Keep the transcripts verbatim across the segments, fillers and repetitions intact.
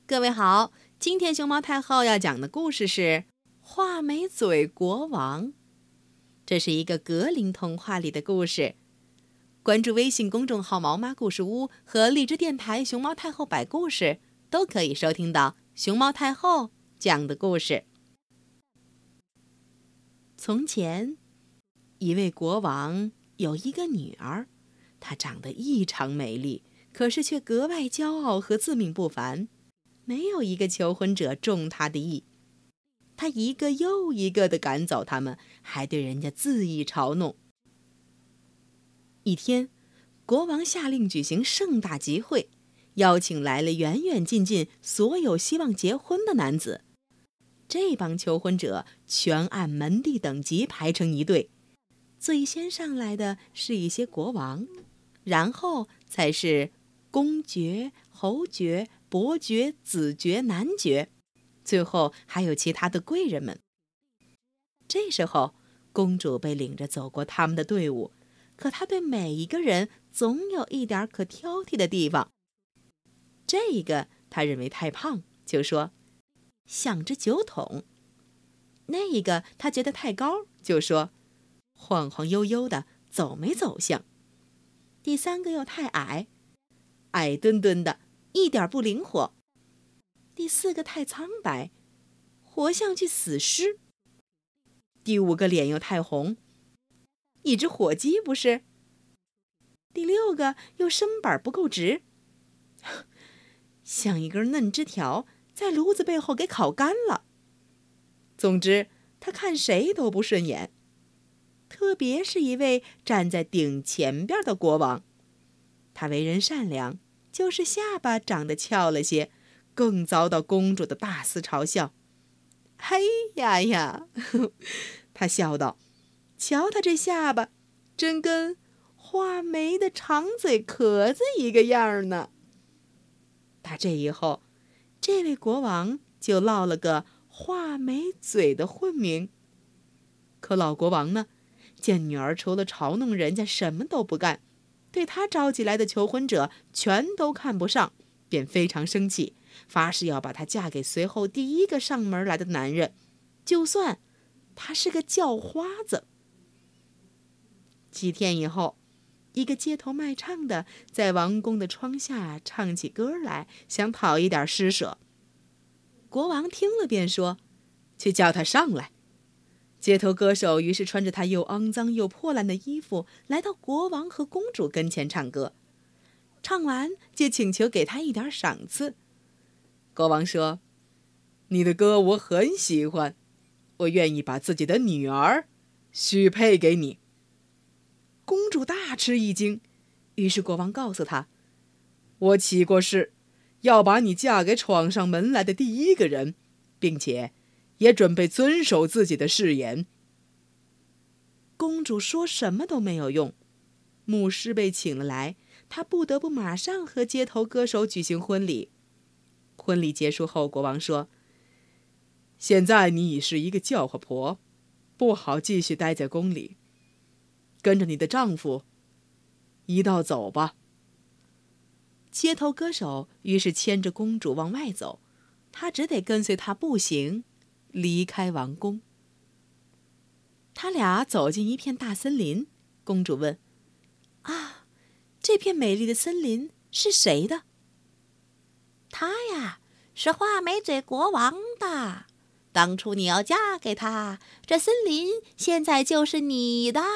各位好，今天熊猫太后要讲的故事是《画眉嘴国王》，这是一个格林童话里的故事。关注微信公众号毛妈故事屋和荔枝电台熊猫太后摆故事，都可以收听到熊猫太后讲的故事。从前，一位国王有一个女儿，她长得异常美丽，可是却格外骄傲和自命不凡。没有一个求婚者中他的意，他一个又一个地赶走他们，还对人家恣意嘲弄。一天，国王下令举行盛大集会，邀请来了远远近近所有希望结婚的男子。这帮求婚者全按门第等级排成一队，最先上来的是一些国王，然后才是公爵、侯爵、伯爵、子爵、男爵，最后还有其他的贵人们。这时候，公主被领着走过他们的队伍，可她对每一个人总有一点可挑剔的地方。这一个她认为太胖，就说像只酒桶；那一个她觉得太高，就说晃晃悠悠的，走没走相；第三个又太矮，矮墩墩的，一点不灵活；第四个太苍白，活像具死尸；第五个脸又太红，一只火鸡不是；第六个又身板不够直，像一根嫩枝条在炉子背后给烤干了。总之，他看谁都不顺眼，特别是一位站在顶前边的国王，他为人善良，就是下巴长得翘了些，更遭到公主的大肆嘲笑。嘿呀呀，他笑道，瞧他这下巴，真跟画眉的长嘴壳子一个样呢。打这以后，这位国王就落了个画眉嘴的混名。可老国王呢，见女儿除了嘲弄人家什么都不干，对他招集来的求婚者全都看不上，便非常生气，发誓要把她嫁给随后第一个上门来的男人，就算他是个叫花子。几天以后，一个街头卖唱的在王宫的窗下唱起歌来，想讨一点施舍。国王听了便说，去叫他上来。街头歌手于是穿着他又肮脏又破烂的衣服，来到国王和公主跟前唱歌。唱完就请求给他一点赏赐。国王说，你的歌我很喜欢，我愿意把自己的女儿许配给你。公主大吃一惊，于是国王告诉她，我起过誓，要把你嫁给闯上门来的第一个人，并且也准备遵守自己的誓言。公主说什么都没有用，牧师被请了来，她不得不马上和街头歌手举行婚礼。婚礼结束后，国王说，现在你已是一个叫花婆，不好继续待在宫里，跟着你的丈夫一道走吧。街头歌手于是牵着公主往外走，她只得跟随他步行离开王宫。他俩走进一片大森林，公主问，啊，这片美丽的森林是谁的？ 他呀，是画眉嘴国王的。当初你要嫁给他，这森林现在就是你的。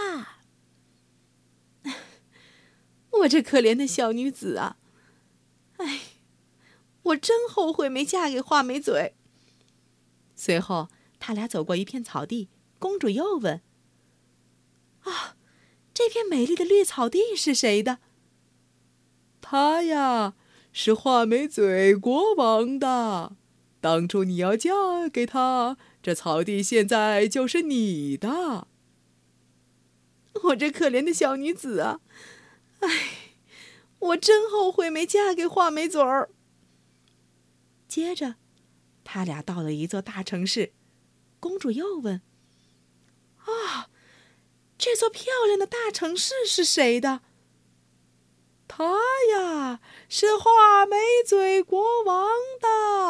我这可怜的小女子啊，哎，我真后悔没嫁给画眉嘴。随后他俩走过一片草地，公主又问，啊，这片美丽的绿草地是谁的？他呀，是画眉嘴国王的。当初你要嫁给他，这草地现在就是你的。我这可怜的小女子啊，哎，我真后悔没嫁给画眉嘴儿。接着他俩到了一座大城市，公主又问，啊，这座漂亮的大城市是谁的？他呀，是画眉嘴国王的。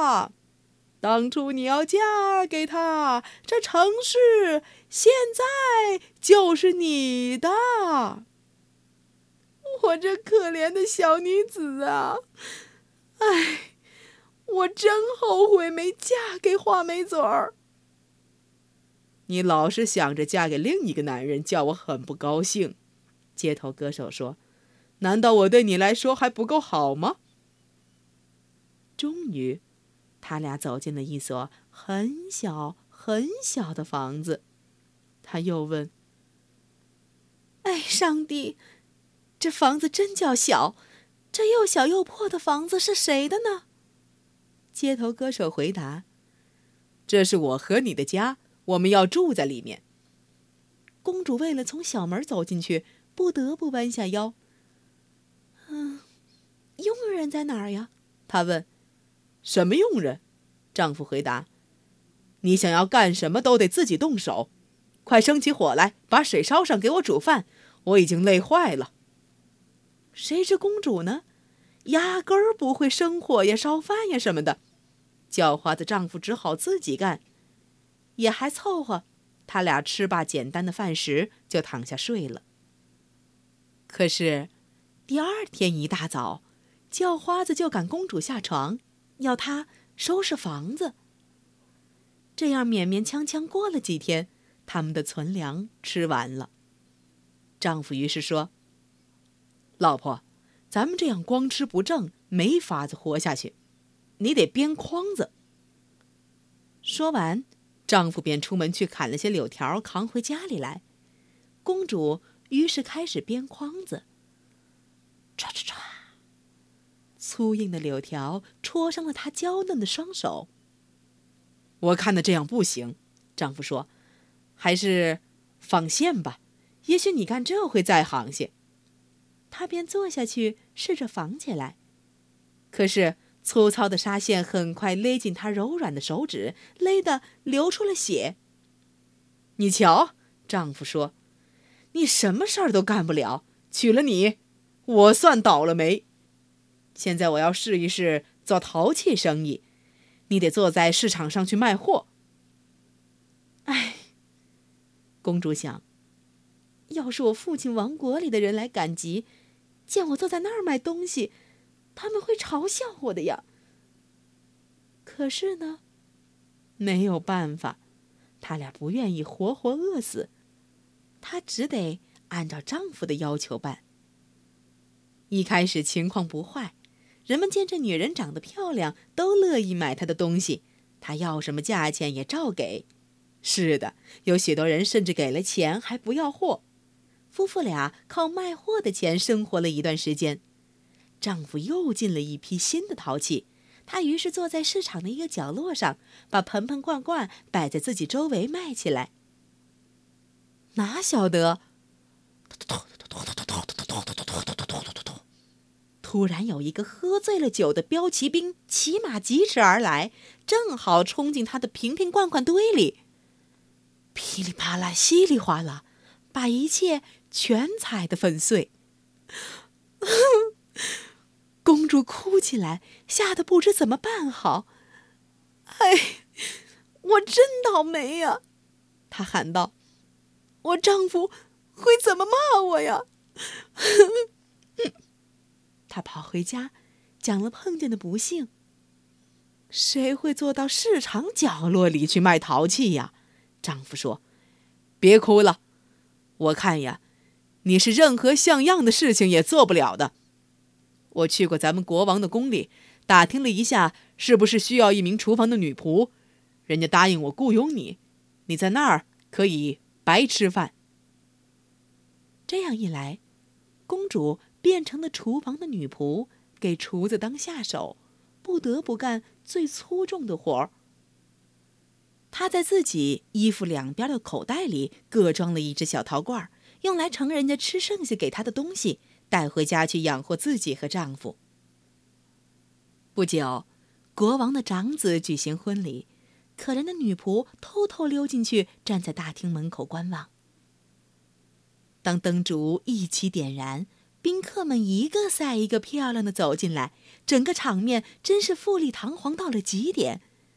当初你要嫁给他，这城市现在就是你的。我这可怜的小女子啊，唉，我真后悔没嫁给画眉嘴儿。你老是想着嫁给另一个男人，叫我很不高兴。街头歌手说，难道我对你来说还不够好吗？终于，他俩走进了一所很小很小的房子。他又问，哎，上帝，这房子真叫小，这又小又破的房子是谁的呢？街头歌手回答，这是我和你的家，我们要住在里面。公主为了从小门走进去，不得不弯下腰。嗯，佣人在哪儿呀？她问。什么佣人？丈夫回答，你想要干什么都得自己动手。快生起火来，把水烧上，给我煮饭，我已经累坏了。谁知公主呢，压根儿不会生火呀、烧饭呀什么的。狡猾的丈夫只好自己干，也还凑合。他俩吃罢简单的饭食，就躺下睡了。可是第二天一大早，叫花子就赶公主下床，要她收拾房子。这样勉勉强强过了几天，他们的存粮吃完了。丈夫于是说，老婆，咱们这样光吃不正，没法子活下去，你得编筐子。说完，丈夫便出门去砍了些柳条，扛回家里来。公主于是开始编筐子，唰唰唰，粗硬的柳条戳伤了她娇嫩的双手。我看的这样不行，丈夫说，还是纺线吧，也许你干这会再行些。他便坐下去试着纺起来，可是粗糙的纱线很快勒进他柔软的手指，勒得流出了血。你瞧，丈夫说，你什么事儿都干不了，娶了你，我算倒了霉。现在我要试一试做陶器生意，你得坐在市场上去卖货。唉，公主想，要是我父亲王国里的人来赶集，见我坐在那儿卖东西，他们会嘲笑我的呀。可是呢，没有办法，他俩不愿意活活饿死，她只得按照丈夫的要求办。一开始情况不坏，人们见这女人长得漂亮，都乐意买她的东西，她要什么价钱也照给。是的，有许多人甚至给了钱还不要货。夫妇俩靠卖货的钱生活了一段时间。丈夫又进了一批新的陶器，他于是坐在市场的一个角落上，把盆盆罐罐摆在自己周围卖起来。哪晓得，突然有一个喝醉了酒的标骑兵骑马疾驰而来，正好冲进他的瓶瓶罐罐堆里，噼里啪啦，稀里哗啦，把一切全踩得粉碎。公主哭起来，吓得不知怎么办好。哎，我真倒霉呀！她喊道，我丈夫会怎么骂我呀？她跑回家，讲了碰见的不幸。谁会坐到市场角落里去卖陶器呀？丈夫说，别哭了，我看呀，你是任何像样的事情也做不了的。我去过咱们国王的宫里，打听了一下，是不是需要一名厨房的女仆，人家答应我雇佣你，你在那儿可以白吃饭。这样一来，公主变成了厨房的女仆，给厨子当下手，不得不干最粗重的活儿。她在自己衣服两边的口袋里各装了一只小陶罐，用来盛人家吃剩下给她的东西，带回家去养活自己和丈夫。不久，国王的长子举行婚礼，可怜的女仆偷偷溜进去，站在大厅门口观望。当灯烛一起点燃，宾客们一个赛一个漂亮的走进来，整个场面真是富丽堂皇到了极点。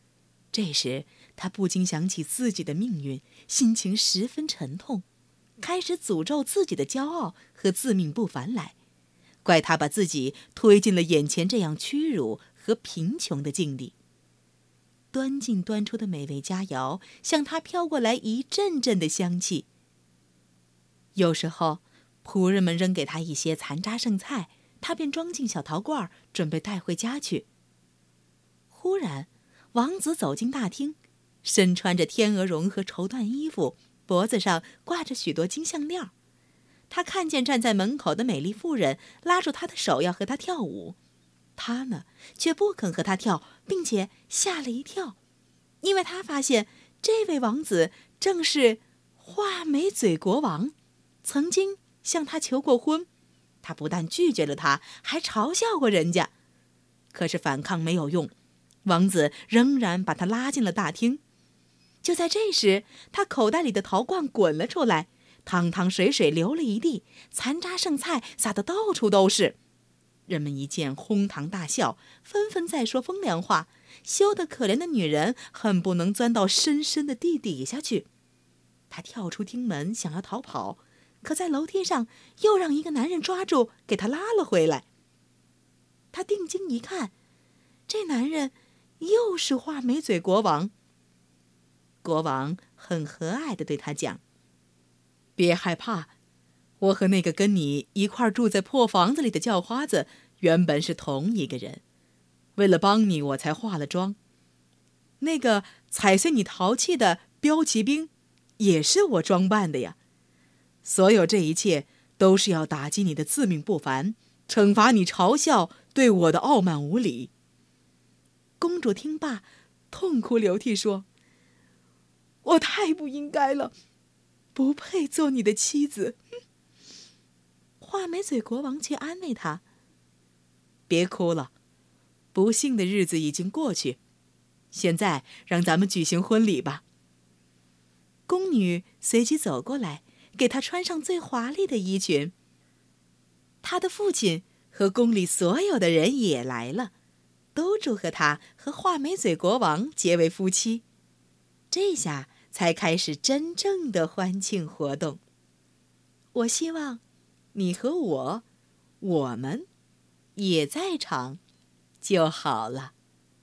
这时，他不禁想起自己的命运，心情十分沉痛，开始诅咒自己的骄傲和自命不凡来，怪他把自己推进了眼前这样屈辱和贫穷的境地。端进端出的美味佳肴向他飘过来一阵阵的香气。有时候，仆人们扔给他一些残渣剩菜，他便装进小陶罐，准备带回家去。忽然，王子走进大厅，身穿着天鹅绒和绸缎衣服，脖子上挂着许多金项链。他看见站在门口的美丽妇人，拉住他的手要和他跳舞，他呢却不肯和他跳，并且吓了一跳，因为他发现这位王子正是画眉嘴国王，曾经向他求过婚。他不但拒绝了他，还嘲笑过人家。可是反抗没有用，王子仍然把他拉进了大厅。就在这时，他口袋里的陶罐滚了出来，汤汤水水流了一地，残渣剩菜撒得到处都是。人们一见哄堂大笑，纷纷在说风凉话，羞得可怜的女人恨不能钻到深深的地底下去。她跳出厅门想要逃跑，可在楼梯上又让一个男人抓住，给她拉了回来。她定睛一看，这男人又是画眉嘴国王。国王很和蔼地对他讲：别害怕，我和那个跟你一块儿住在破房子里的叫花子原本是同一个人，为了帮你我才化了妆。那个踩碎你陶器的标骑兵也是我装扮的呀。所有这一切都是要打击你的自命不凡，惩罚你嘲笑对我的傲慢无礼。公主听罢，痛哭流涕说：我太不应该了，不配做你的妻子。画眉嘴国王却安慰她：别哭了，不幸的日子已经过去，现在让咱们举行婚礼吧。宫女随即走过来，给她穿上最华丽的衣裙。她的父亲和宫里所有的人也来了，都祝贺她和画眉嘴国王结为夫妻。这下才开始真正的欢庆活动。我希望你和我，我们也在场就好了。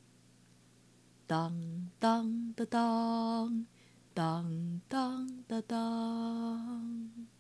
当当当当当当当当。